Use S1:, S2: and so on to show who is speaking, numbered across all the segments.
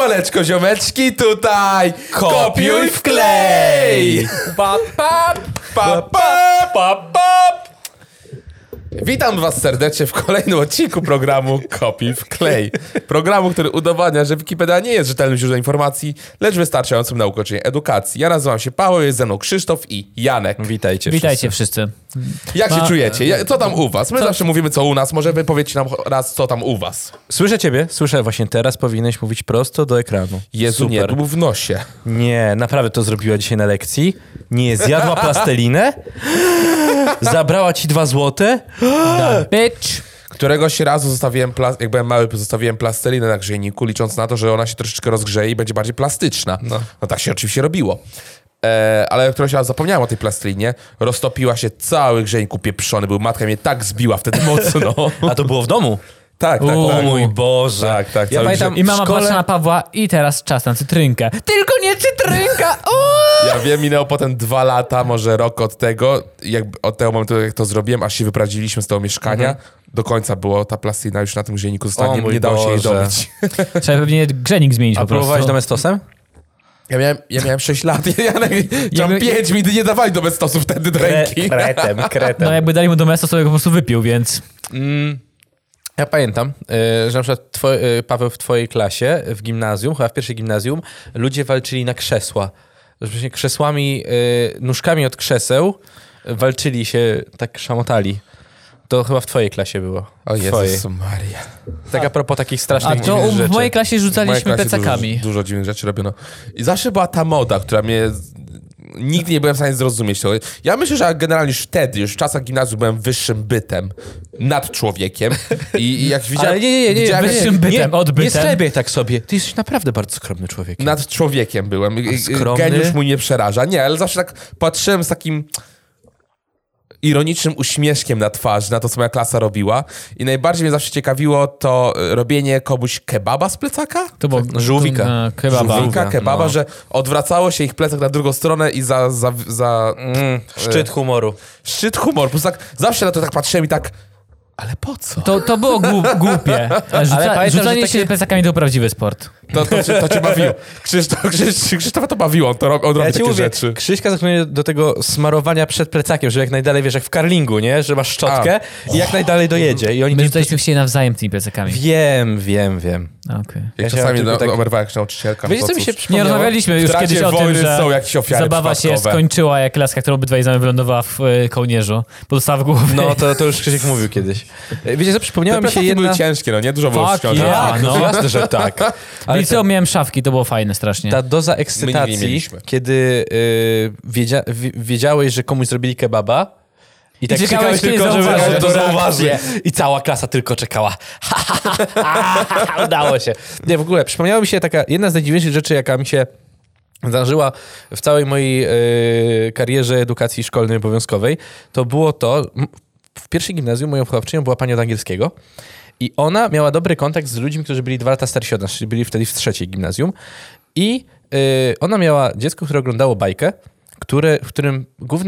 S1: Siemaneczko, ziomeczki, tutaj kopiuj wklej! Witam was serdecznie w kolejnym odcinku programu Kopiuj wklej. Programu, który udowadnia, że Wikipedia nie jest rzetelnym źródłem informacji, lecz wystarczającym na ukończenie edukacji. Ja nazywam się Paweł, jest ze mną Krzysztof i Janek.
S2: Witajcie wszyscy.
S1: Jak się czujecie? Co tam u was? My zawsze mówimy co u nas, może wy powiedzcie nam raz co tam u was.
S3: Słyszę ciebie, słyszę właśnie teraz, powinieneś mówić prosto do ekranu.
S1: Jezu,
S3: Super.
S1: nie, tu był w nosie.
S3: Nie, naprawdę to zrobiła dzisiaj na lekcji. Nie, zjadła plastelinę? Zabrała ci 2 złote?
S2: Bitch!
S1: Któregoś razu zostawiłem, jak byłem mały, zostawiłem plastelinę na grzejniku, licząc na to, że ona się troszeczkę rozgrzeje i będzie bardziej plastyczna. No tak się oczywiście robiło. Ale któregoś razu zapomniałem o tej plastelinie, roztopiła się cały grzejnik upieprzony, matka mnie tak zbiła wtedy mocno.
S3: A to było w domu?
S1: Tak.
S3: O mój Boże.
S1: Tak.
S3: Ja pamiętam,
S2: I mama
S3: szkole...
S2: patrzy na Pawła i teraz czas na cytrynkę. Tylko nie cytrynka!
S1: Ja wiem, minęło potem 2 lata, może rok od tego, od tego momentu, jak to zrobiłem, aż się wyprowadziliśmy z tego mieszkania. Do końca było ta plastelina już na tym grzejniku została, nie dało się jej dobić.
S2: Trzeba pewnie grzenik zmienić
S3: A
S2: po prostu.
S3: próbowałeś domestosem?
S1: Ja miałem 6 lat, Janek, 5 mi nie dawali do bestosu wtedy do ręki.
S3: Kretem.
S2: No jakby dali mu domestos, to go po prostu wypił, więc...
S3: Ja pamiętam, że na przykład Paweł w twojej klasie, w gimnazjum, chyba w pierwszej gimnazjum, ludzie walczyli na krzesła. Że właśnie krzesłami, nóżkami od krzeseł walczyli się, tak szamotali. To chyba w twojej klasie było.
S1: O
S3: Twojej.
S1: Jezus Maria.
S3: Tak a propos takich
S2: A
S3: strasznych
S2: to
S3: dziwnych rzeczy.
S2: w mojej klasie rzucaliśmy plecakami.
S1: Dużo dziwnych rzeczy robiono. I zawsze była ta moda, która mnie... Nigdy nie byłem w stanie zrozumieć tego. Ja myślę, że generalnie już wtedy, już w czasach gimnazjum byłem wyższym bytem nad człowiekiem. I jak widziałem...
S3: Ale nie,
S1: widziałem,
S2: wyższym bytem, odbytem.
S3: Nie sklepiej tak sobie. Ty jesteś naprawdę bardzo skromny człowiek.
S1: nad człowiekiem byłem.
S3: Skromny?
S1: Geniusz mój nie przeraża. Nie, ale zawsze tak patrzyłem z takim ironicznym uśmieszkiem na twarzy, na to, co moja klasa robiła. I najbardziej mnie zawsze ciekawiło to robienie komuś kebaba z plecaka?
S2: To było
S3: Żółwika.
S2: Kebaba.
S1: Żółwika, kebaba,
S3: no.
S1: że odwracało się ich plecak na drugą stronę i
S3: Szczyt humoru.
S1: szczyt humoru. Po prostu tak, zawsze na to tak patrzyłem i tak, ale po co?
S2: To było głupie.
S3: pamiętam,
S2: Rzucanie
S3: że
S2: się plecakami to prawdziwy sport.
S1: To cię bawiło. Krzysztofa to bawiło, on robi takie rzeczy.
S3: Krzyśka zaklonię do tego smarowania przed plecakiem, że jak najdalej, wiesz, jak w karlingu, nie? Że masz szczotkę i jak najdalej dojedzie. I oni
S2: My rzucaliśmy się nawzajem tymi plecakami.
S3: Wiem.
S2: Okej.
S1: Jak
S3: Ja
S1: czasami
S3: tylko tak-
S1: oberwała jak nauczycielka.
S3: Wiecie,
S1: no
S3: co
S1: to
S3: mi się
S1: cóż.
S2: Nie
S3: przypomniało?
S2: rozmawialiśmy już
S1: W trakcie
S2: kiedyś o tym,
S1: wojny
S2: że
S1: są jakieś ofiary
S2: zabawa się
S1: przypadkowe.
S2: skończyła, jak laska, którą obydwaj znamy, wylądowała w kołnierzu. Bo dostała w głowę.
S3: No, to już Krzysiek mówił kiedyś. Wiecie co, przypomniała
S1: Te
S3: mi się
S1: plecaki
S3: jedna...
S1: były ciężkie, no nie? Dużo było
S2: Fuck
S1: wciąż.
S2: yeah.
S3: Tak,
S2: no.
S3: jasne, że tak.
S2: W liceum miałem szafki, to było fajne strasznie.
S3: Ta doza
S1: My nie
S3: ekscytacji,
S1: mieliśmy.
S3: kiedy wiedziałeś, że komuś zrobili kebaba i tak
S2: czekałeś,
S3: czekałeś
S2: kiedy
S3: tylko, żeby
S2: zauważy.
S3: to zauważy. I cała klasa tylko czekała. Udało się. Nie, w ogóle przypomniała mi się taka jedna z najdziwniejszych rzeczy, jaka mi się zdarzyła w całej mojej karierze edukacji szkolnej obowiązkowej. To było to, w pierwszej gimnazjum moją wychowawczynią była pani od angielskiego. I ona miała dobry kontakt z ludźmi, którzy byli 2 lata starsi od nas, czyli byli wtedy w 3. gimnazjum. I ona miała dziecko, które oglądało bajkę, w którym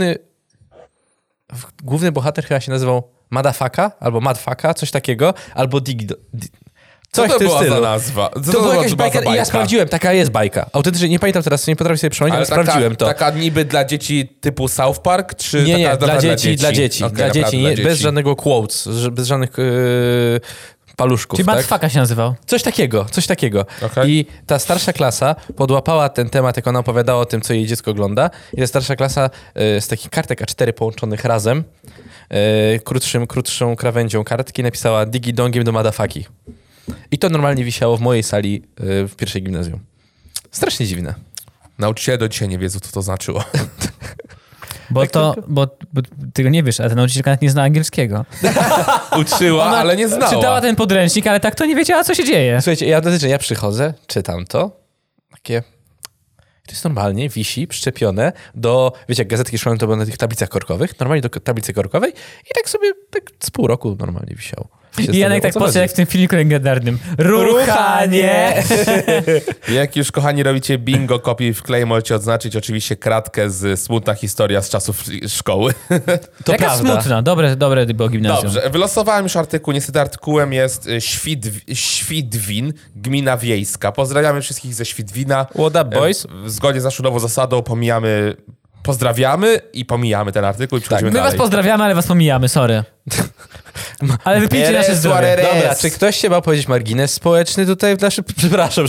S3: główny bohater chyba się nazywał Madafaka, albo Madfaka, coś takiego, albo
S1: Co
S3: coś
S1: to
S3: w tym
S1: była
S3: stylu.
S1: za nazwa?
S3: To była jakaś bajka i ja sprawdziłem, taka jest bajka. Autentycznie nie pamiętam teraz, nie potrafię sobie przypomnieć, ale sprawdziłem to.
S1: Taka niby dla dzieci typu South Park, czy
S3: Nie,
S1: taka
S3: dla dzieci,
S1: Okay,
S3: dla dzieci, nie,
S1: dzieci.
S3: bez żadnego quotes, bez żadnych paluszków,
S2: Czyli
S3: tak?
S2: Madfaka się nazywał.
S3: Coś takiego.
S1: Okej.
S3: I ta starsza klasa podłapała ten temat, jak ona opowiadała o tym, co jej dziecko ogląda. I ta starsza klasa z takich kartek A4 połączonych razem, krótszą krawędzią kartki napisała digi-dongiem do madafaki. I to normalnie wisiało w mojej sali w pierwszej gimnazjum. Strasznie dziwne.
S1: Nauczyciele do dzisiaj nie wiedzą, co to znaczyło.
S2: Bo ty go nie wiesz, ale ta nauczycielka nawet nie zna angielskiego.
S1: Uczyła, ale nie znała.
S2: Czytała ten podręcznik, ale tak to nie wiedziała, co się dzieje.
S3: Słuchajcie, ja przychodzę, czytam to, takie... To jest normalnie, wisi, przyczepione do, wiecie, jak gazetki szkolne to były na tych tablicach korkowych, normalnie do tablicy korkowej i tak sobie z pół roku normalnie wisiało.
S2: I Janek tak poszedł jak w tym filmiku legendarnym. Ruchanie!
S1: Jak już, kochani, robicie bingo, kopiuj wklej, możecie odznaczyć oczywiście kratkę z Smutna historia z czasów szkoły.
S3: To
S2: Jaka
S3: prawda.
S2: smutna. Dobre było gimnazjum.
S1: Dobrze, wylosowałem już artykuł. Niestety artykułem jest Świdwin, gmina wiejska. Pozdrawiamy wszystkich ze Świdwina.
S3: What up, boys?
S1: Zgodnie z naszą nową zasadą pozdrawiamy i pomijamy ten artykuł i przechodzimy
S2: My
S1: dalej.
S2: was pozdrawiamy, ale was pomijamy, sorry. Ale wypijcie nasze zdrowie.
S3: Dobra, czy ktoś się ma powiedzieć margines społeczny tutaj w naszym... Przepraszam,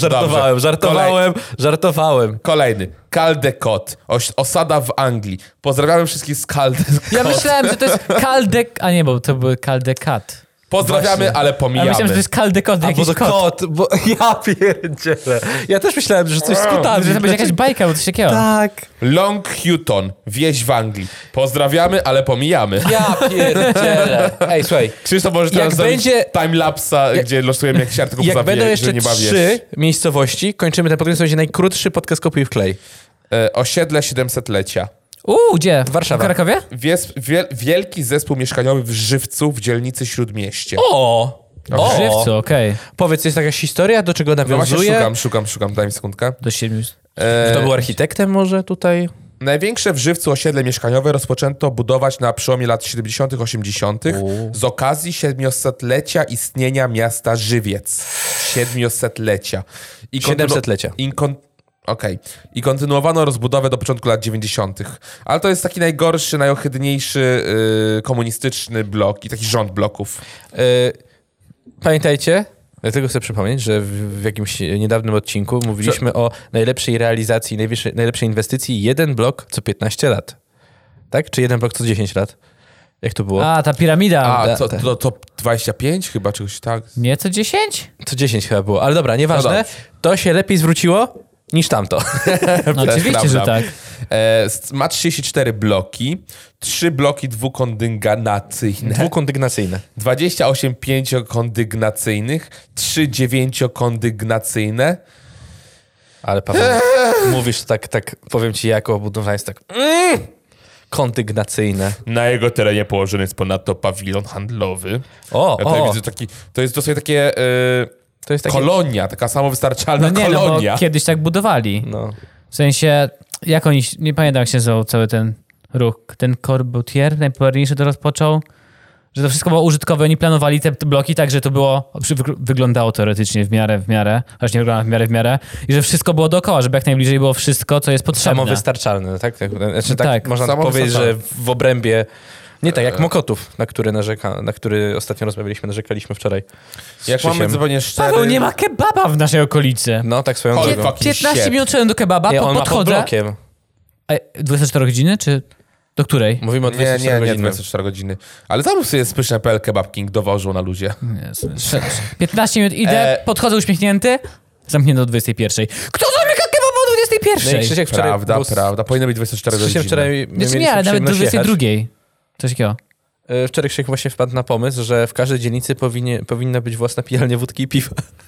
S3: żartowałem.
S1: Kolejny. Caldecott. Osada w Anglii. Pozdrawiamy wszystkich z Caldecott.
S2: Ja myślałem, że to jest Caldec... A nie, bo to były Caldecat.
S1: Pozdrawiamy,
S3: Właśnie.
S1: ale
S2: Ja
S1: pomijamy.
S2: myślałem, że to jest Caldecott, jakiś
S3: Albo
S2: kot.
S3: bo ja pierdzielę. Ja też myślałem, że coś z kotami.
S2: Że to będzie jakaś bajka, bo coś takiego.
S3: Tak.
S1: Long Houghton. Wieś w Anglii. Pozdrawiamy, ale pomijamy.
S3: Ja pierdzielę. Ej, słuchaj.
S1: Krzysztof, może
S3: Jak
S1: teraz zrobić
S3: będzie-
S1: timelapsa, gdzie losujemy jakiś artykuł
S3: Jak
S1: za
S3: będą jeszcze
S1: nie bawisz.
S3: 3 miejscowości, kończymy ten podcast, to będzie najkrótszy podcast Kopiuj wklej.
S1: Osiedle 700-lecia.
S2: Gdzie?
S3: Warszawa.
S2: W Krakowie?
S1: Wielki zespół mieszkaniowy w Żywcu w dzielnicy Śródmieście.
S2: W Żywcu, okej.
S3: Powiedz, jest jakaś historia, do czego
S1: No właśnie
S3: nawiązuje?
S1: szukam, daj mi sekundkę.
S2: Do 7.
S3: Kto był architektem może tutaj?
S1: Największe w Żywcu osiedle mieszkaniowe rozpoczęto budować na przełomie lat 70. 80. z okazji 700-lecia istnienia miasta Żywiec. 700-lecia.
S3: 700-lecia.
S1: I kontynuowano rozbudowę do początku lat 90. Ale to jest taki najgorszy, najohydniejszy komunistyczny blok i taki rząd bloków.
S3: Pamiętajcie, dlatego chcę przypomnieć, że w jakimś niedawnym odcinku mówiliśmy o najlepszej realizacji, najlepszej inwestycji jeden blok co 15 lat. Tak? Czy jeden blok co 10 lat? Jak to było?
S2: A, ta piramida.
S1: A, to 25 chyba, czegoś tak.
S2: Nie, co 10?
S3: Co 10 chyba było, ale dobra, nieważne.
S1: No
S3: To się lepiej zwróciło niż tamto.
S2: No, oczywiście, że tak.
S1: Ma 34 bloki, 3 bloki dwukondygnacyjne,
S3: Dwukondygnacyjne.
S1: 28 pięciokondygnacyjnych, 3 dziewięciokondygnacyjne.
S3: Ale Paweł, mówisz tak, powiem ci, jako budowlanie jest tak... Kondygnacyjne.
S1: Na jego terenie położony jest ponadto pawilon handlowy. Ja tutaj widzę to jest dosłownie takie,
S3: To jest takie...
S1: kolonia, taka samowystarczalna
S2: No nie,
S1: kolonia.
S2: no bo kiedyś tak budowali.
S3: No.
S2: W sensie, jak oni, nie pamiętam jak się nazywał cały ten ruch. Ten Corbusier najpopularniejszy to rozpoczął, że to wszystko było użytkowe. Oni planowali te bloki tak, że to było, wyglądało teoretycznie w miarę, chociaż nie wygląda w miarę, i że wszystko było dookoła, żeby jak najbliżej było wszystko, co jest potrzebne.
S3: Samowystarczalne, tak? Znaczy,
S2: Tak.
S3: można powiedzieć, że w obrębie... Nie tak, jak Mokotów, na który ostatnio rozmawialiśmy, narzekaliśmy wczoraj.
S1: Jak mamy zupełnie szczery...
S2: Paweł, nie ma kebaba w naszej okolicy.
S3: No, tak swoją
S1: Holy
S3: drogą.
S1: fuck.
S2: 15 minut szedłem do kebaba,
S3: Nie, on ma pod
S2: podchodzę.
S3: blokiem.
S2: A 24 godziny, czy do której?
S3: Mówimy o
S1: Nie,
S3: 24
S1: nie,
S3: godziny.
S1: 24 godziny. Ale zamów sobie jest pyszne PL Kebab King, dowożą na luzie.
S2: 15 minut idę, podchodzę uśmiechnięty, zamknięty o 21. Kto zamyka kebaba o 21?
S3: No i Krzysiek wczoraj...
S1: Prawda. Powinno być 24
S3: Krzysiek
S1: godziny.
S3: wczoraj...
S2: Znaczy nie, ale nawet do 22. Coś takiego.
S3: Wczoraj Krzysiek właśnie wpadł na pomysł, że w każdej dzielnicy powinna być własna pijalnia wódki i piwa.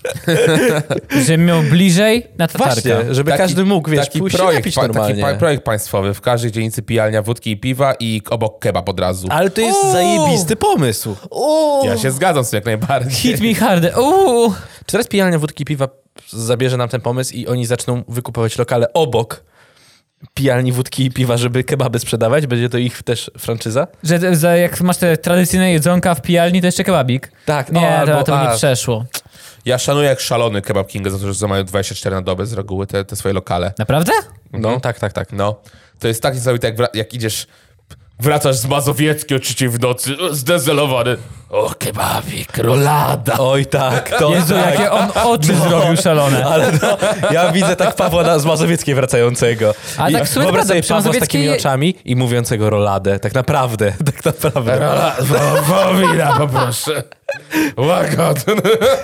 S2: Żebym miał bliżej na tatarka.
S3: Właśnie, żeby każdy mógł, wiesz, pójść się napić normalnie.
S1: Taki projekt państwowy. W każdej dzielnicy pijalnia wódki i piwa i obok kebab od razu.
S3: Ale to jest zajebisty pomysł.
S1: Ja się zgadzam z tym jak najbardziej.
S2: Hit me harder.
S3: Czy teraz pijalnia wódki i piwa zabierze nam ten pomysł i oni zaczną wykupować lokale obok pijalni wódki i piwa, żeby kebaby sprzedawać? Będzie to ich też franczyza?
S2: Że jak masz te tradycyjne jedzonka w pijalni, to jeszcze kebabik.
S3: Tak,
S2: Nie, to nie przeszło.
S1: Ja szanuję jak szalony Kebab Kinga za to, że mają 24 na dobę z reguły te swoje lokale.
S2: Naprawdę?
S3: No, tak.
S1: No. To jest tak niesamowite, jak idziesz, wracasz z Mazowieckiej o 3 w nocy, zdezelowany. O, kebabik, rolada.
S3: Oj tak, to
S2: Jezu,
S3: tak.
S2: jakie on oczy zrobił szalone.
S3: Ale no, ja widzę tak Pawła z Mazowieckiej wracającego.
S2: A tak w sumie
S3: wyobraź sobie
S2: przy
S3: Pawła z
S2: Mazowieckiej-
S3: takimi oczami i mówiącego roladę. Tak naprawdę.
S1: Wowina, poproszę. Łagodny.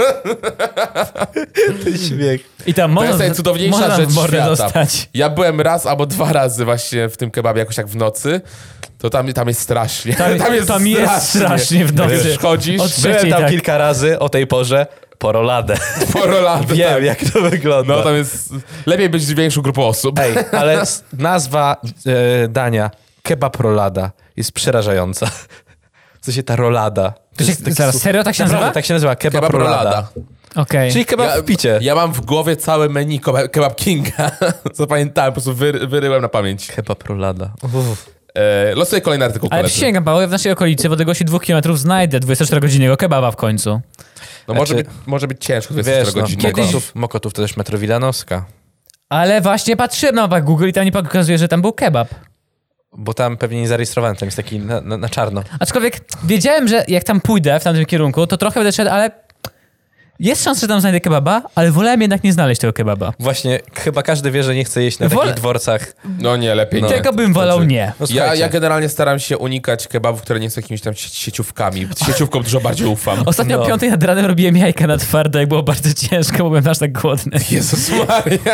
S3: Ten śmiech.
S2: I tam
S1: To jest
S2: można,
S1: najcudowniejsza
S2: można
S1: rzecz
S2: w mordę
S1: świata.
S2: dostać.
S1: Ja byłem raz albo 2 razy właśnie w tym kebabie jakoś tak w nocy, to tam jest strasznie.
S2: Tam jest strasznie w nocy.
S1: Wiesz, chodzisz,
S2: Od
S3: Byłem
S2: trzeciej,
S3: tam
S2: tak.
S3: kilka razy o tej porze po roladę.
S1: po roladę.
S3: Wiem,
S1: tak.
S3: jak to wygląda.
S1: No tam jest... Lepiej być z większą grupą osób.
S3: Ej, ale nazwa dania kebab rolada jest przerażająca. W sensie ta rolada.
S2: To się, zaraz, serio tak się
S3: Naprawdę,
S2: nazywa?
S3: tak się nazywa, kebab,
S1: Kebab
S3: rolada.
S1: rolada.
S2: Okej.
S3: Czyli kebab w picie.
S1: Ja mam w głowie całe menu Kebab Kinga. Zapamiętałem, po prostu wyryłem na pamięć.
S3: Kebab rolada.
S1: Losuję kolejny artykuł.
S2: Ale
S1: koledzy.
S2: przysięgam, Paweł, ja w naszej okolicy w odległości 2 km znajdę 24-godzinnego kebaba w końcu.
S1: No
S3: Znaczy,
S1: może być ciężko
S3: Wiesz,
S1: 24
S3: no,
S1: godziny.
S3: Mokotów to też metro Wilanowska.
S2: Ale właśnie patrzyłem na mapach Google i tam nie pokazuje, że tam był kebab.
S3: Bo tam pewnie nie zarejestrowany, tam jest taki na czarno.
S2: Aczkolwiek wiedziałem, że jak tam pójdę w tamtym kierunku, to trochę będę szedł, ale jest szansa, że tam znajdę kebaba, ale wolałem jednak nie znaleźć tego kebaba.
S3: Właśnie, chyba każdy wie, że nie chce jeść na takich dworcach.
S1: No nie, lepiej nie.
S2: Tego bym wolał nie.
S3: No,
S1: Ja generalnie staram się unikać kebabów, które nie są jakimiś tam sieciówkami. Sieciówkom dużo bardziej ufam.
S2: Ostatnio o 5 nad ranem robiłem jajka na twardo, jak było bardzo ciężko, bo byłem aż tak głodny.
S1: Jezus Maria.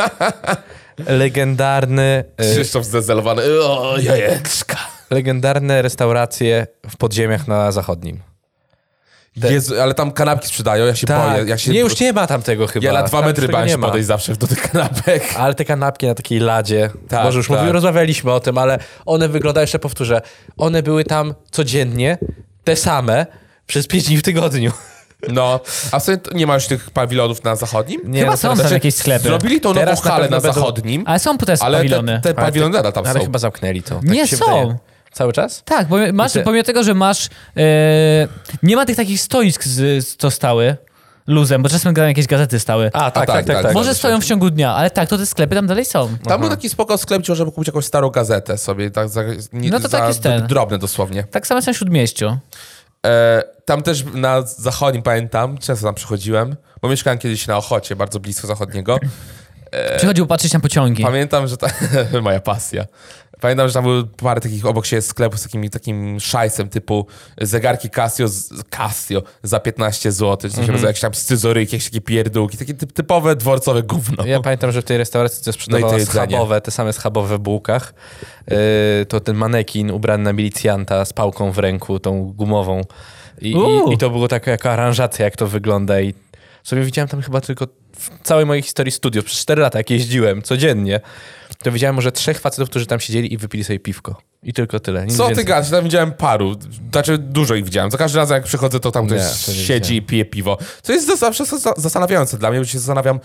S3: Legendarny...
S1: Krzysztof zdezelowany. O, jajeczka.
S3: legendarne restauracje w podziemiach na zachodnim.
S1: Jezu, ale tam kanapki sprzedają, ja się boję.
S3: Nie, już nie ma tam tego chyba.
S1: Ja na 2
S3: Tam
S1: metry
S3: tego
S1: bałem
S3: nie
S1: się
S3: ma.
S1: podejść zawsze do tych kanapek.
S3: Ale te kanapki na takiej ladzie,
S1: Tak,
S3: może już
S1: tak.
S3: rozmawialiśmy o tym, ale one wyglądają, jeszcze powtórzę, one były tam codziennie, te same, przez 5 dni w tygodniu.
S1: No, a sobie nie ma już tych pawilonów na zachodnim?
S3: Nie,
S2: Chyba
S3: no
S2: są
S3: teraz-
S2: tam jakieś sklepy.
S1: Zrobili tą nową
S3: Teraz na
S1: halę
S3: pewno
S1: na
S3: będą-
S1: zachodnim,
S2: Ale są też
S1: ale
S2: pawilony.
S1: te pawilony nadal tam
S3: Ale
S1: są.
S3: chyba zamknęli to.
S2: Nie
S3: mi się
S2: są.
S3: wydaje. Cały czas?
S2: Tak, bo masz,
S3: Wiecie-
S2: pomimo tego, że masz... nie ma tych takich stoisk, co stały luzem, bo czasem jakieś gazety stały.
S3: A, tak,
S1: tak, tak.
S2: Może stoją w ciągu dnia, ale tak, to te sklepy tam dalej są.
S1: Tam był taki spoko sklep, gdzie można było kupić jakąś starą gazetę sobie, tak
S2: No to tak jest ten.
S1: drobne dosłownie.
S2: Tak samo jest na Śródmieściu.
S1: Tam też na zachodnim, pamiętam, często tam przychodziłem, bo mieszkałem kiedyś na Ochocie, bardzo blisko zachodniego.
S2: Przychodził patrzeć na pociągi.
S1: Pamiętam, że moja pasja. Pamiętam, że tam były parę takich obok siebie sklepów z takim szajsem typu zegarki Casio za 15 zł, coś rodzaju jakieś tam scyzoryki, jakieś takie pierdółki, takie typowe dworcowe gówno.
S3: Ja pamiętam, że w tej restauracji, co sprzedawała
S1: No i to jedzenie.
S3: schabowe, te same schabowe w bułkach, to ten manekin ubrany na milicjanta z pałką w ręku, tą gumową. I to było taka jaka aranżacja, jak to wygląda. I sobie widziałem tam chyba tylko w całej mojej historii studiów, przez 4 lata, jak jeździłem codziennie, to widziałem może 3 facetów, którzy tam siedzieli i wypili sobie piwko. I tylko tyle. Nic
S1: Co ty
S3: więcej.
S1: gadasz? Tam widziałem paru. Znaczy dużo ich widziałem. Za każdym razem jak przychodzę, to tam ktoś
S3: Nie, to nie
S1: siedzi i pije piwo. Co jest zawsze zastanawiające dla mnie, bo się zastanawiam,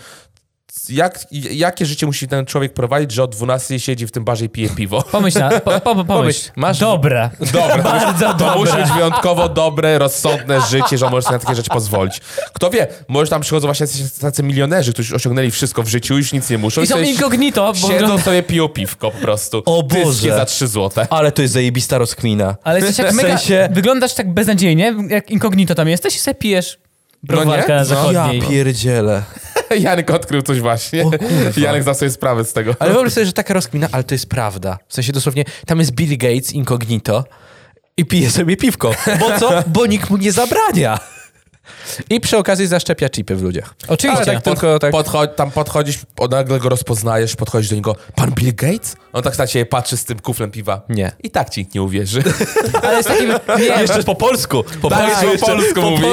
S1: jakie życie musi ten człowiek prowadzić, że o 12 siedzi w tym barze i pije piwo.
S2: Pomyśl, pomyśl.
S3: Masz-
S2: Dobre.
S1: Dobre.
S2: Bardzo
S1: To musi
S2: dobre.
S1: być wyjątkowo dobre, rozsądne życie, że możesz sobie na takie rzeczy pozwolić. Kto wie, może tam przychodzą właśnie tacy milionerzy, którzy już osiągnęli wszystko w życiu, już nic nie muszą.
S2: I są
S1: sobie
S2: incognito, bo
S1: siedzą sobie, piją piwko po prostu.
S3: O Boże.
S1: Tyskie za 3 złote.
S3: Ale to jest zajebista rozkmina.
S2: Ale jesteś jak
S3: W
S2: mega...
S3: sensie-
S2: Wyglądasz tak beznadziejnie, jak incognito tam jesteś i sobie pijesz browarkę
S1: nie?
S2: na
S1: No.
S2: zachodniej.
S3: Ja pierdzielę.
S1: Janek odkrył coś właśnie. Janek zda sobie sprawę z tego.
S3: Ale wyobraź sobie, że taka rozkmina, ale to jest prawda. W sensie dosłownie, tam jest Bill Gates incognito i pije sobie piwko. Bo co? Bo nikt mu nie zabrania. I przy okazji zaszczepia chipy w ludziach.
S2: Oczywiście.
S3: Ale tak tylko tak...
S1: Tam podchodzisz, nagle go rozpoznajesz, podchodzisz do niego, pan Bill Gates? On tak na ciebie patrzy z tym kuflem piwa.
S3: Nie.
S1: I tak ci nikt nie uwierzy.
S2: Ale jest takim... Nie,
S3: Jeszcze po polsku. Po
S1: Tak, po polsku mówi.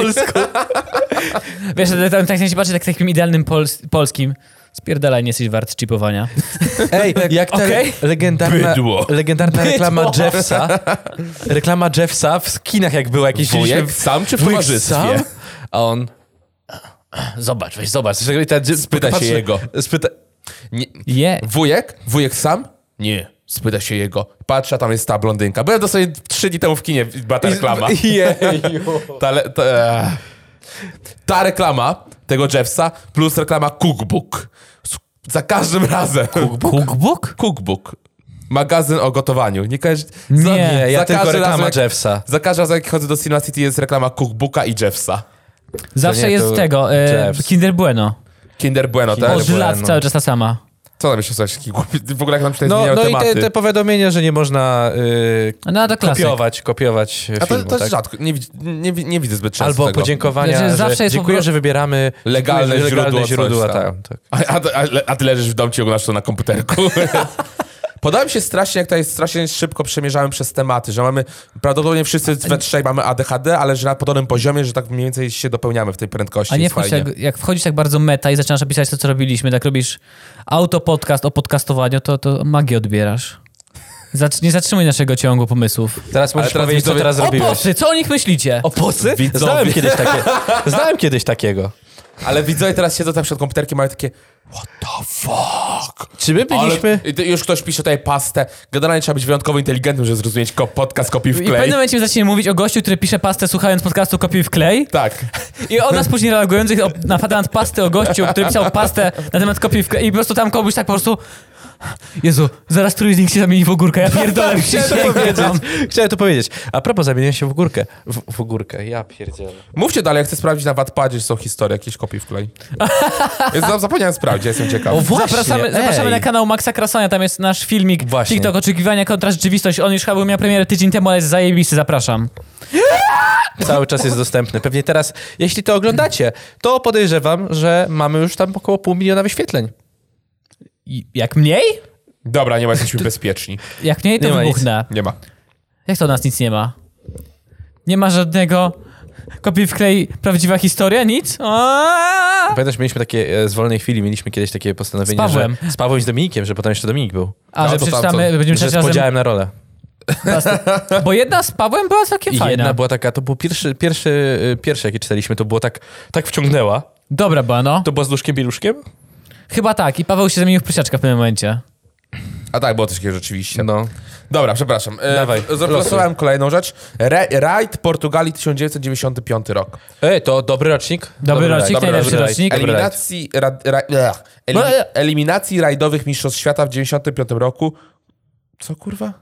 S2: wiesz, tam tak się patrzy tak takim idealnym polskim. Spierdalaj, nie jesteś wart chipowania.
S3: Ej, jak ta
S2: Okej.
S3: legendarna reklama Jeffsa. Reklama Jeffsa w kinach jak była jakieś...
S1: Wujek sam czy w
S3: Wujek
S1: towarzystwie?
S3: sam? A on... Zobacz, weź zobacz. I ta-
S1: Spyta się jego.
S2: Je.
S1: Wujek sam? Nie. Spyta się jego. Patrz, a tam jest ta blondynka. Byłem dosłownie 3 dni temu w kinie, była ta reklama. Ta reklama tego Jeffsa plus reklama Cookbook. Za każdym razem.
S2: Cookbook?
S1: Cookbook. Magazyn o gotowaniu. Nie,
S2: Nie,
S3: Ja tylko
S1: każdym
S3: reklama
S1: razem,
S3: Jeffsa.
S1: Za każdym razem, jak chodzę do Cinema City, jest reklama Cookbooka i Jeffsa.
S2: Zawsze
S3: nie,
S2: jest
S3: to
S2: tego,
S3: Jeffs.
S2: Kinder Bueno.
S1: Kinder Bueno, tak?
S2: Od lat
S3: Bueno.
S2: cały czas ta sama.
S1: Co tam jeszcze coś takiego? W ogóle jak nam tutaj
S3: No,
S1: zmieniają
S3: no i
S1: tematy.
S3: te powiadomienia, że nie można
S2: No to klasyk.
S3: kopiować
S1: A
S3: filmu,
S1: to jest
S3: tak?
S1: rzadko. Nie widzę zbyt często
S3: Albo
S1: tego.
S3: podziękowania,
S2: Znaczy,
S3: że
S2: zawsze jest
S3: dziękuję,
S2: po-
S3: że wybieramy
S1: Legalne źródło,
S3: źródła.
S1: coś tam.
S3: Tak.
S1: A ty leżysz w domu i oglądasz to na komputerku. Podoba mi się strasznie, jak tutaj strasznie szybko przemierzamy przez tematy, że mamy, prawdopodobnie wszyscy we trzech mamy ADHD, ale że na podobnym poziomie, że tak mniej więcej się dopełniamy w tej prędkości.
S2: A nie
S1: jest
S2: wchodź,
S1: fajnie.
S2: jak wchodzisz tak bardzo meta i zaczynasz opisać to, co robiliśmy, tak robisz autopodcast o podcastowaniu, to magię odbierasz. Nie zatrzymuj naszego ciągu pomysłów.
S3: Teraz możesz
S1: teraz
S3: powiedzieć, co
S1: widzowie-
S3: teraz zrobiłeś.
S2: Oposy, co o nich myślicie?
S3: Oposy?
S1: Widzowie.
S3: Znałem kiedyś takiego.
S1: Ale widzowie teraz siedzą tam przed komputerkiem, mają takie what the fuck?
S3: Czy my byliśmy...
S1: Ale już ktoś pisze tutaj pastę. Generalnie trzeba być wyjątkowo inteligentnym, żeby zrozumieć podcast Kopiuj w
S2: I w
S1: klej.
S2: pewnym momencie zaczniemy mówić o gościu, który pisze pastę słuchając podcastu Kopiuj w klej.
S1: Tak.
S2: I o nas później reagujących na temat pasty o gościu, który pisał pastę na temat Kopiuj w klej. I po prostu tam komuś tak po prostu... Jezu, zaraz trójznik się zamieni w ogórkę. Ja pierdolę.
S3: Chciałem to powiedzieć. A propos zamienienia się w górkę. W górkę, ja pierdzielę.
S1: Mówcie dalej, ja chcę sprawdzić na Wattpadzie, czy są historie jakieś Kopiuj w klej. Zapomniałem sprawdzić, jestem ciekaw.
S3: O, właśnie,
S2: Zapraszamy na kanał Maxa Krasania, tam jest nasz filmik.
S3: Właśnie.
S2: TikTok, oczekiwania kontra rzeczywistość. On już chyba miał premierę tydzień temu, ale jest zajebisty, zapraszam.
S3: Cały czas jest dostępny. Pewnie teraz, jeśli to oglądacie, to podejrzewam, że mamy już tam około 500 000 wyświetleń.
S2: Jak mniej?
S1: Dobra, nie ma, jesteśmy bezpieczni.
S2: Jak mniej, to
S3: Nie ma
S2: wybuchnę.
S1: Nie ma.
S2: Jak to u nas nic nie ma? Nie ma żadnego Kopiuj w klej, prawdziwa historia? Nic?
S3: Pamiętasz, mieliśmy takie, z wolnej chwili mieliśmy kiedyś takie postanowienie,
S2: Z Pawłem.
S3: że z Pawłem i z Dominikiem, że potem jeszcze Dominik był.
S2: A,
S1: No,
S2: że
S1: to tam
S2: przeczytamy, będziemy
S3: Że
S2: czytać
S3: z
S2: razem...
S3: podziałem na rolę.
S2: Bo jedna z Pawłem była całkiem
S3: I
S2: fajna.
S3: jedna była taka, to był pierwszy jakie czytaliśmy, to było tak wciągnęła.
S2: Dobra była, no.
S3: To była z Duszkiem Bieluszkiem?
S2: Chyba tak. I Paweł się zamienił w prysiaczka w pewnym momencie.
S1: A tak, było coś takiego rzeczywiście.
S3: No.
S1: Dobra, przepraszam.
S3: Dawaj,
S1: Zaprosowałem kolejną rzecz. Raid Portugalii 1995 rok.
S3: To dobry rocznik?
S2: Dobry rocznik, najlepszy
S3: rajd.
S2: rocznik.
S3: Dobry rajd.
S1: Eliminacji rajdowych mistrzostw świata w 95 roku. Co kurwa?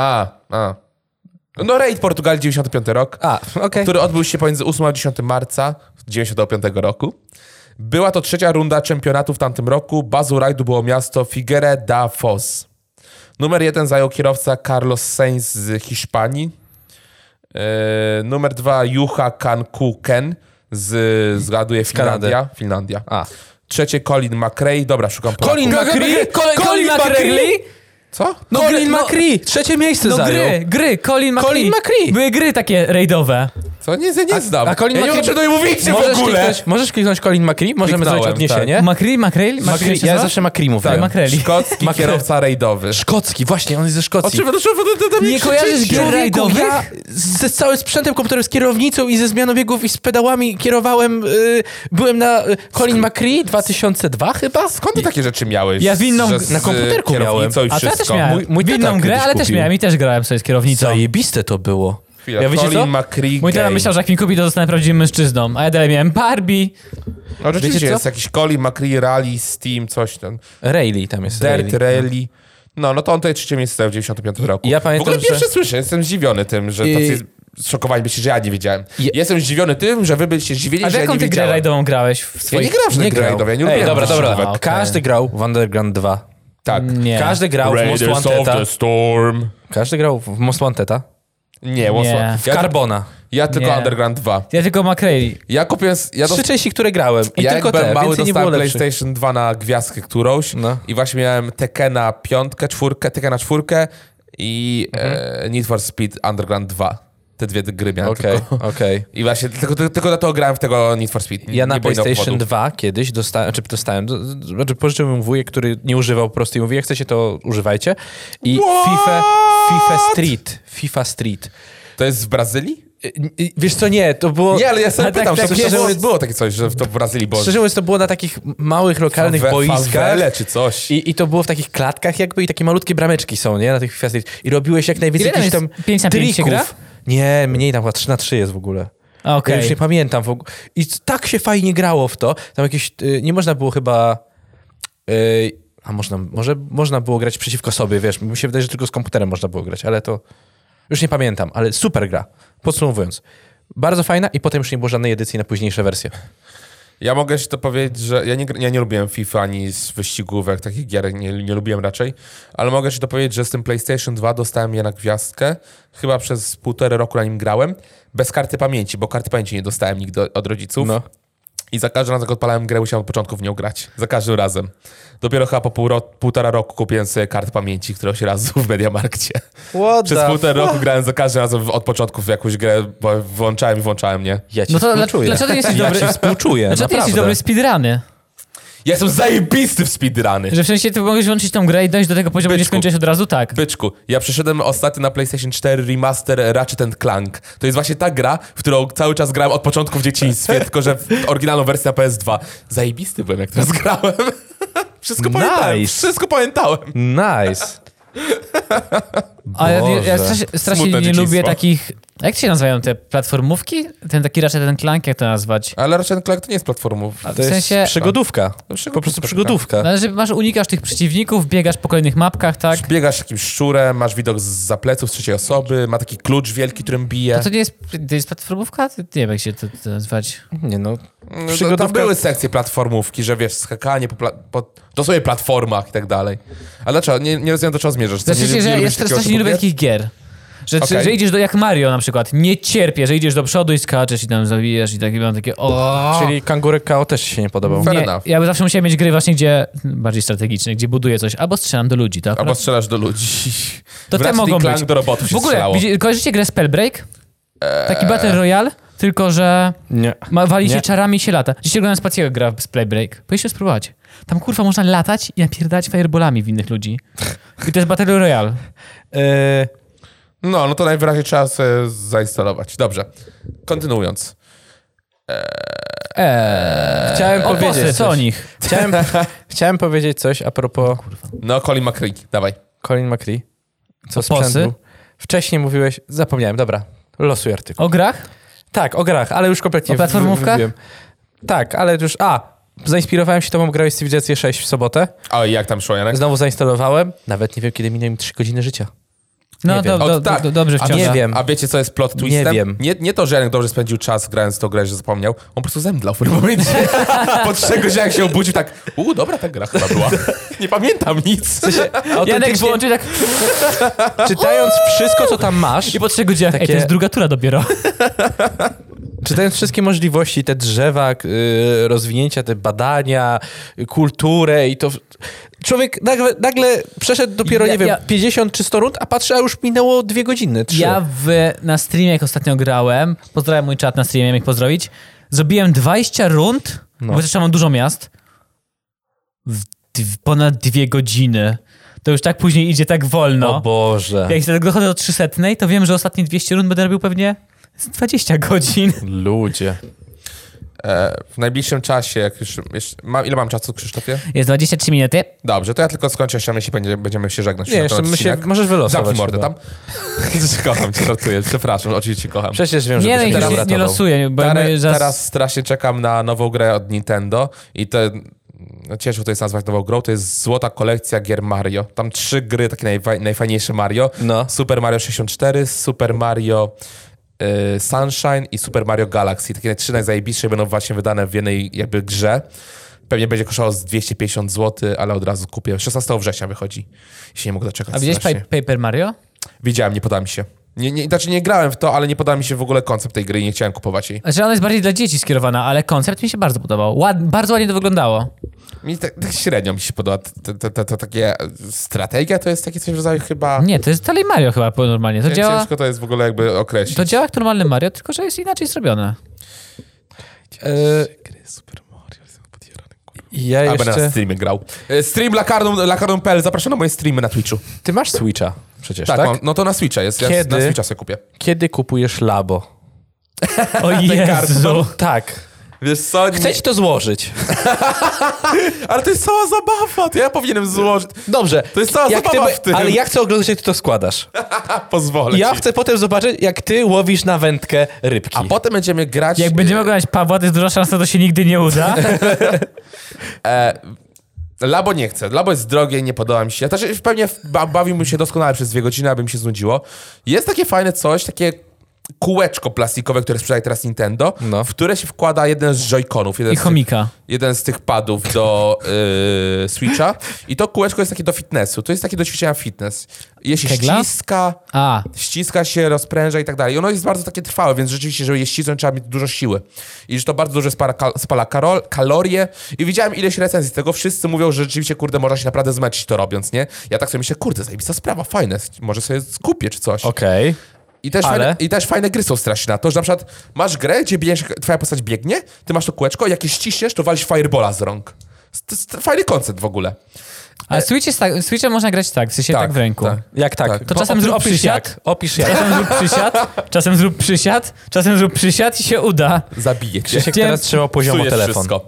S1: No Raid Portugalii 95 rok.
S3: Okej.
S1: Który odbył się pomiędzy 8 a 10 marca 95 roku. Była to trzecia runda czempionatu w tamtym roku. Bazą rajdu było miasto Figueira da Foz. Numer 1 zajął kierowca Carlos Sainz z Hiszpanii. Numer 2 Juha Kankuken zgaduję Finlandia. Trzecie Colin McRae. Dobra, szukam Polaków.
S3: Colin McRae?
S2: Colin McRae?
S1: Co?
S3: Colin McRae! Trzecie miejsce zajął.
S2: Gry, Colin McRae. Były gry takie rajdowe.
S1: Co? Nie znam.
S3: A Colin
S1: ja nie wiem,
S3: McRae-
S1: o czym tutaj mówicie w ogóle.
S3: Możesz kliknąć Colin McRae? Możemy
S1: Kliknąłem,
S3: zrobić odniesienie.
S2: McRae?
S3: Ja zawsze McRae mówię.
S2: Tak, McRae.
S1: Szkocki kierowca rajdowy.
S3: Szkocki, właśnie, on jest ze Szkocji.
S2: Nie kojarzysz gier rajdowych?
S3: Ja ze całym sprzętem komputerowym, z kierownicą i ze zmianą biegów i z pedałami kierowałem, byłem na Colin McRae 2002 chyba?
S1: Skąd ty takie rzeczy miałeś?
S2: Ja winną-
S1: Że z
S3: na komputerku
S1: kierownicą
S3: miałem.
S1: i
S2: A to ja też
S1: wszystko.
S2: miałem.
S3: Mój tata
S2: Winną grę,
S3: kiedyś
S2: ale też
S3: kupił.
S2: miałem i też grałem sobie z kierownicą.
S3: Zajebiste to było.
S1: Chwila,
S3: Ja wiecie
S1: Colin
S3: co?
S1: McRae
S2: Mój tata
S1: game.
S2: myślał, że jak mi kupi, to zostanę prawdziwym mężczyzną. A ja dalej miałem Barbie.
S1: No rzeczywiście
S3: Wiecie co?
S1: jest jakiś Colin McRae Rally, Steam, coś tam.
S3: Rayleigh tam jest.
S1: Dirt Rally. No to on tutaj trzecie miejsce w 95 roku.
S3: Ja pamiętam,
S1: w ogóle
S3: że-
S1: pierwsze słyszę, jestem zdziwiony tym, że tacy szokowani byliście, że ja nie wiedziałem. Jestem zdziwiony tym, że wy byliście zdziwieni,
S2: A w
S1: że ja
S2: jaką
S1: nie
S2: ty grę
S1: wiedziałem.
S2: rajdową grałeś w
S1: Ja
S2: swoich...
S1: nie grałem w żadnej gry rajdowej, ja nie lubię
S3: Dobra.
S1: wyścigówek.
S3: Każdy grał w Underground 2.
S1: Tak.
S2: Nie.
S3: Każdy grał w Most
S1: Raiders of
S3: Wanteda.
S1: the Storm.
S3: Każdy grał w Most Wanteda.
S1: Nie,
S3: W Carbona.
S1: Ja tylko
S2: Nie.
S1: Underground 2.
S2: Ja tylko McRae.
S1: Ja kupiłem...
S3: Trzy części, które grałem. I
S1: Ja
S3: tylko
S1: jak byłem
S3: te,
S1: mały,
S3: więcej nie było
S1: dostałem
S3: lepszych.
S1: PlayStation 2 na gwiazdkę którąś
S3: No.
S1: i właśnie miałem Tekkena 5, 4 i Need for Speed Underground 2. Te dwie gry miałem tylko.
S3: Okej.
S1: I właśnie tylko na to grałem w tego Need for Speed.
S3: Ja na
S1: Nie było innego
S3: PlayStation
S1: powodu.
S3: 2 kiedyś dostałem, pożyczył mi wujek, który nie używał po prostu i mówi, jak chcecie, to używajcie. I FIFA Street.
S1: To jest w Brazylii?
S3: Wiesz co, nie, to było...
S1: Nie, ale ja sobie
S2: Ale tak-
S1: pytam,
S2: tak
S1: szczerze
S2: jest.
S1: mówiąc, było takie coś, że to w Brazylii było.
S3: Szczerze mówiąc, to było na takich małych, lokalnych boiskach.
S1: Fawele czy coś.
S3: I to było w takich klatkach jakby i takie malutkie brameczki są, nie? Na tych FIFA Street. I robiłeś jak najwięcej
S2: Ile tam
S3: jakichś
S2: jest?
S3: tam
S2: 5 na 5 się gra?
S3: trików. Nie, mniej tam chyba 3-3 jest w ogóle.
S2: Okej.
S3: Ja już nie pamiętam w ogóle. I tak się fajnie grało w to. Tam jakieś... nie można było chyba... może można było grać przeciwko sobie, wiesz. Mi się wydaje, że tylko z komputerem można było grać, ale to... Już nie pamiętam, ale super gra. Podsumowując. Bardzo fajna i potem już nie było żadnej edycji na późniejsze wersje.
S1: Ja mogę ci to powiedzieć, że ja nie lubiłem FIFA ani z wyścigówek, takich gier nie lubiłem raczej, ale mogę ci to powiedzieć, że z tym PlayStation 2 dostałem je na gwiazdkę, chyba przez 1,5 roku na nim grałem, bez karty pamięci, bo karty pamięci nie dostałem nigdy od rodziców.
S3: No.
S1: I za każdym razem, jak odpalałem grę, musiałem od początku w nią grać. Za każdym razem. Dopiero chyba po 1,5 roku kupiłem sobie kart pamięci, którą się raz w Mediamarkcie. Przez 1,5 roku grałem za każdym razem od początku w jakąś grę, bo włączałem, nie?
S3: Ja ci
S2: No to
S3: współczuję.
S2: dlaczego ty jesteś
S3: Ja
S2: dobry?
S3: ci współczuję,
S2: Dlaczego ty jesteś
S3: naprawdę.
S2: dobry w speedruny?
S1: Ja jestem zajebisty w speedruny.
S2: Że w sensie ty mogłeś włączyć tą grę i dojść do tego poziomu, gdzie skończyłeś od razu? Tak.
S1: Byczku, ja przeszedłem ostatnio na PlayStation 4 remaster Ratchet Clank. To jest właśnie ta gra, w którą cały czas grałem od początku w dzieciństwie, tylko że oryginalną wersję na PS2. Zajebisty byłem, jak teraz grałem. Wszystko pamiętałem. Wszystko pamiętałem.
S3: Nice.
S2: A ja strasznie
S1: Smutne
S2: nie
S1: dzieciństwo.
S2: lubię takich... Jak się nazywają te platformówki? Ten taki Ratchet Clank, jak to nazwać?
S1: Ale Ratchet Clank to nie jest platformów.
S3: To
S2: w sensie...
S3: jest przygodówka. Po prostu przygodówka.
S2: No, ale że unikasz tych przeciwników, biegasz po kolejnych mapkach, tak?
S1: Biegasz takim szczurem, masz widok za pleców z trzeciej osoby, ma taki klucz wielki, którym bije.
S2: To nie jest... To jest platformówka? Nie wiem, jak się to nazwać.
S3: Nie no,
S1: Tam
S3: przygodówka...
S1: były sekcje platformówki, że wiesz, skakanie po dosłownie platformach i tak dalej. Ale dlaczego? Nie rozumiem, do czego zmierzasz. Co,
S2: Znaczy, że ja
S1: lubisz takiego
S2: strasznie nie
S1: typu
S2: lubię
S1: gier?
S2: takich gier. Że,
S1: Okej.
S2: że idziesz jak Mario na przykład. Nie cierpię, że idziesz do przodu i skaczesz i tam zawijasz i tak i mam takie
S3: Czyli Kangurek KO też ci się nie podobał.
S1: Fair
S2: Nie,
S1: enough.
S2: ja zawsze musiałem mieć gry właśnie, gdzie bardziej strategiczne, gdzie buduję coś, albo strzelam do ludzi, tak?
S1: Albo strzelasz do ludzi.
S2: To
S1: W
S2: te
S1: Ratchet
S2: mogą
S1: Clank
S2: być.
S1: do robotów się
S2: W ogóle,
S1: strzelało.
S2: kojarzycie grę Spellbreak? Taki Battle Royale, tylko że
S3: Nie.
S2: wali się
S3: Nie.
S2: czarami i się lata. Dzisiaj oglądam Spacjego gra w Spellbreak. Powinniście spróbować. Tam kurwa można latać i napierdać fireballami w innych ludzi. I to jest Battle Royale.
S1: No to najwyraźniej trzeba sobie zainstalować. Dobrze. Kontynuując.
S3: Chciałem powiedzieć
S2: Posy, co o
S3: coś.
S2: nich?
S3: Chciałem powiedzieć coś a propos
S1: No, Colin McRae, dawaj.
S3: Colin McRae. Co
S2: Posy?
S3: sprzętu. Wcześniej mówiłeś, zapomniałem, dobra, losuj artykuł.
S2: O grach?
S3: Tak, o grach, ale już kompletnie
S2: O platformówkach?
S3: wybiłem. Tak, ale już, zainspirowałem się tobą, grałeś Cywilizację 6 w sobotę.
S1: O, i jak tam szło, Janek?
S3: Znowu zainstalowałem. Nawet nie wiem, kiedy minęły mi 3 godziny życia.
S2: No
S3: Nie wiem.
S2: dobrze
S1: A
S2: wciąga.
S3: nie wiem.
S1: A wiecie, co jest plot twistem?
S3: Nie wiem.
S1: Nie to, że Janek dobrze spędził czas grając w tą grę, że zapomniał. On po prostu zemdlał w pewnym momencie. Po 3 godzinach się obudził tak, dobra, ta gra chyba była. Nie pamiętam nic.
S2: Janek
S3: Autentycznie,
S2: włączył tak
S3: czytając wszystko, co tam masz,
S2: i po 3 godzinach,
S3: Takie-
S2: to jest druga tura dopiero.
S3: czytając wszystkie możliwości, te drzewa, rozwinięcia, te badania, kulturę i to... Człowiek nagle przeszedł dopiero, nie wiem, 50 czy 100 rund, a patrzę, a już minęło 2 godziny, 3.
S2: Ja na streamie, jak ostatnio grałem, pozdrawiam mój czat na streamie, miałem ich pozdrowić, zrobiłem 20 rund, bo zresztą mam dużo miast, w ponad 2 godziny. To już tak później idzie tak wolno.
S3: O Boże.
S2: Jak się dochodzę do 300, to wiem, że ostatnie 200 rund będę robił pewnie z 20 godzin.
S3: Ludzie.
S1: W najbliższym czasie, jak już... ile mam czasu, Krzysztofie?
S2: Jest 23 minuty.
S1: Dobrze, to ja tylko skończę, a myśli, będziemy się żegnać.
S3: Nie,
S1: na
S3: jeszcze
S1: ten
S3: my się,
S1: odcinek.
S3: możesz wylosować.
S1: Zamknij mordę
S3: chyba.
S1: tam. Kocham cię, żartuję. Przepraszam, oczywiście cię kocham.
S3: Przecież wiem, że
S2: Nie,
S3: byś
S2: no
S3: mnie
S2: ich nie
S3: uratował.
S2: losuję, bo
S1: Teraz strasznie czekam na nową grę od Nintendo i to... Ciężko to jest nazwać nową grą, to jest złota kolekcja gier Mario. Tam 3 gry, takie najfajniejsze Mario.
S3: No.
S1: Super Mario 64, Super Mario Sunshine i Super Mario Galaxy. Takie 3 najzajebistsze będą właśnie wydane w jednej jakby grze. Pewnie będzie kosztowało z 250 zł, ale od razu kupię. 16 września wychodzi. I się nie mogę doczekać.
S2: A widziałeś
S1: strasznie.
S2: Paper Mario?
S1: Widziałem, nie podoba mi się. Znaczy nie grałem w to, ale nie podoba mi się w ogóle koncept tej gry i nie chciałem kupować jej.
S2: Znaczy ona jest bardziej dla dzieci skierowana, ale koncept mi się bardzo podobał. Bardzo ładnie to wyglądało.
S1: Mi tak średnio mi się podoba. To takie strategia to jest takie coś w rodzaju chyba...
S2: Nie, to jest dalej Mario chyba normalnie. To działa,
S1: Ciężko to jest w ogóle jakby określić.
S2: to działa jak normalne Mario, tylko że jest inaczej zrobione.
S1: Gry Super Mario, jestem podjarany.
S3: Ja
S1: A będę na
S3: jeszcze...
S1: streamie grał. Stream Lakarnum.pl, zapraszam na moje streamy na Twitchu.
S3: Ty masz Switcha przecież,
S1: Tak,
S3: tak?
S1: mam, no to na Switcha jest. Ja
S3: Kiedy?
S1: na Switcha sobie kupię.
S3: Kiedy kupujesz Labo?
S2: O Jezu.
S3: Tak.
S1: Wiesz co?
S3: Chcę ci to złożyć.
S1: Ale to jest cała zabawa, to ja powinienem złożyć.
S3: Dobrze.
S1: To jest cała zabawa w tym.
S3: Ale ja chcę oglądać, jak ty to składasz.
S1: Pozwolę
S3: Ja
S1: ci.
S3: chcę potem zobaczyć, jak ty łowisz na wędkę rybki.
S1: A potem będziemy grać...
S2: Jak będziemy oglądać Pawła, to jest duża szansa, że to się nigdy nie uda.
S1: Labo nie chcę. Labo jest drogie i nie podoba mi się. Znaczy, pewnie bawiłbym się doskonale przez 2 godziny, aby mi się znudziło. Jest takie fajne coś, takie kółeczko plastikowe, które sprzedaje teraz Nintendo,
S3: No.
S1: w które się wkłada jeden z joyconów.
S2: I chomika.
S1: Jeden z tych padów do Switcha. I to kółeczko jest takie do fitnessu. To jest takie do ćwiczenia fitness. Je się
S2: Kegla?
S1: ściska się, rozpręża i tak dalej. I ono jest bardzo takie trwałe, więc rzeczywiście, żeby je ścisnąć, trzeba mieć dużo siły. I że to bardzo dużo spala kalorie. I widziałem ileś recenzji tego. Wszyscy mówią, że rzeczywiście, kurde, można się naprawdę zmęczyć to robiąc, nie? Ja tak sobie myślę, kurde, zajebista sprawa, fajne. Może sobie skupię czy coś.
S3: Okej.
S1: I też fajne gry są strasznie na to, że na przykład masz grę, gdzie twoja postać biegnie, ty masz to kółeczko, jak je ściśniesz, to walisz fireballa z rąk. Fajny koncept w ogóle.
S2: Ale Switcha można grać tak, w sensie tak w ręku.
S3: Jak tak?
S1: Tak.
S2: To czasem zrób
S3: Opisz
S2: przysiad.
S3: jak. Opisz jak.
S2: Czasem zrób przysiad i się uda.
S1: Zabije cię.
S3: Krzysiek teraz trzymał poziomo
S1: Psujesz
S3: telefon.
S1: wszystko.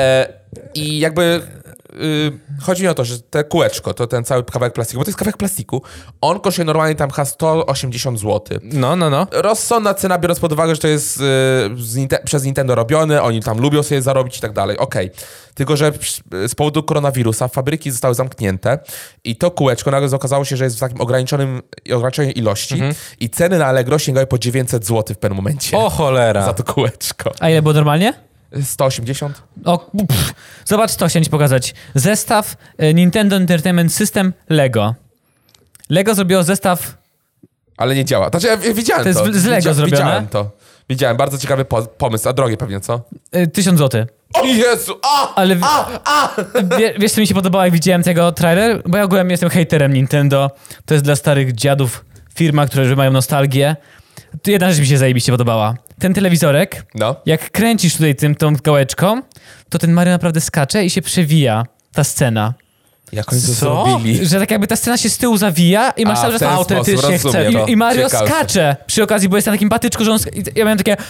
S1: I jakby chodzi mi o to, że te kółeczko, to ten cały kawałek plastiku, bo to jest kawałek plastiku, on kosztuje normalnie tam chyba 180 zł.
S3: No.
S1: Rozsądna cena, biorąc pod uwagę, że to jest przez Nintendo robione, oni tam lubią sobie zarobić i tak dalej. Okej. Tylko, że z powodu koronawirusa fabryki zostały zamknięte i to kółeczko nagle okazało się, że jest w takim ograniczonej ilości i ceny na Allegro sięgały po 900 zł w pewnym momencie.
S3: O cholera.
S1: Za to kółeczko.
S2: A ile było normalnie?
S1: 180?
S2: Zobacz, to chciałem ci pokazać. Zestaw Nintendo Entertainment System Lego. Lego zrobiło zestaw...
S1: Ale nie działa. Znaczy, ja widziałem to.
S2: To jest z Lego zrobione?
S1: Widziałem to. Widziałem. Bardzo ciekawy pomysł. A drogie pewnie, co?
S2: 1000 zł.
S1: O Jezu!
S2: Ale wiesz, co mi się podobało, jak widziałem tego trailer? Bo ja ogólnie jestem hejterem Nintendo. To jest dla starych dziadów firma, które mają nostalgię. To jedna rzecz mi się zajebiście podobała. Ten telewizorek,
S1: No.
S2: jak kręcisz tutaj tą gałeczką, to ten Mario naprawdę skacze i się przewija ta scena.
S1: Jak oni to
S3: Co?
S1: zrobili?
S2: Że tak jakby ta scena się z tyłu zawija i masz
S1: A,
S2: cały
S1: w ten
S2: czas
S1: sposób,
S3: autentycznie chce.
S1: rozumiem.
S2: I Mario
S1: Ciekawe.
S2: skacze przy okazji, bo jest na takim patyczku, że on... Ja miałem takie...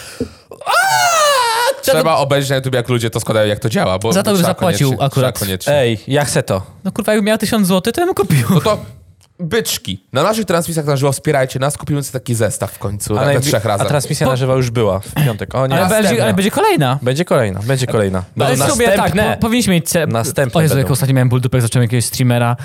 S1: Trzeba obejrzeć na YouTube, jak ludzie to składają, jak to działa, bo
S2: Za to już
S1: trzeba
S2: zapłacił
S1: koniecznie-
S2: akurat.
S1: trzeba koniecznie.
S3: Ej, ja chcę to.
S2: No kurwa, jakbym miał 1000 zł, to ja bym kupił.
S1: No to byczki. Na naszych transmisjach na żywo wspierajcie nas, kupimy sobie taki zestaw w końcu, na 3
S3: A
S1: razy.
S3: transmisja na żywo już była w piątek. O nie.
S2: Ale będzie kolejna.
S3: Będzie kolejna.
S2: Ale
S3: Będą
S2: w sumie tak,
S3: następne.
S2: powinniśmy mieć cel.
S3: Następne
S2: O Jezu,
S3: będą.
S2: jak ostatnio miałem ból dupek, zacząłem jakiegoś streamera.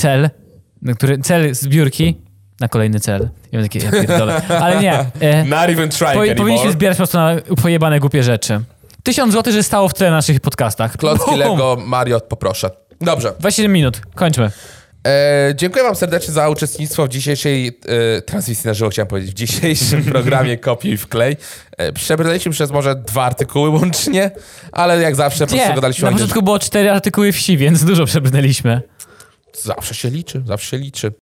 S2: Cel z biurki na kolejny cel. I mam takie, ja pierdolę. Ale nie.
S1: Not even trying anymore.
S2: Powinniśmy zbierać po prostu na pojebane głupie rzeczy. 1000 zł, że stało w tle naszych podcastach.
S1: Klocki
S2: Bum!
S1: Lego, Mario, poproszę. Dobrze.
S2: 27 minut, kończmy.
S1: Dziękuję wam serdecznie za uczestnictwo w dzisiejszej transmisji na żywo, chciałem powiedzieć, w dzisiejszym programie Kopiuj wklej. Przebrnęliśmy przez może 2 artykuły łącznie, ale jak zawsze po prostu
S2: Nie,
S1: gadaliśmy
S2: na
S1: o tym,
S2: początku było 4 artykuły wsi, więc dużo przebrnęliśmy.
S1: Zawsze się liczy, zawsze się liczy.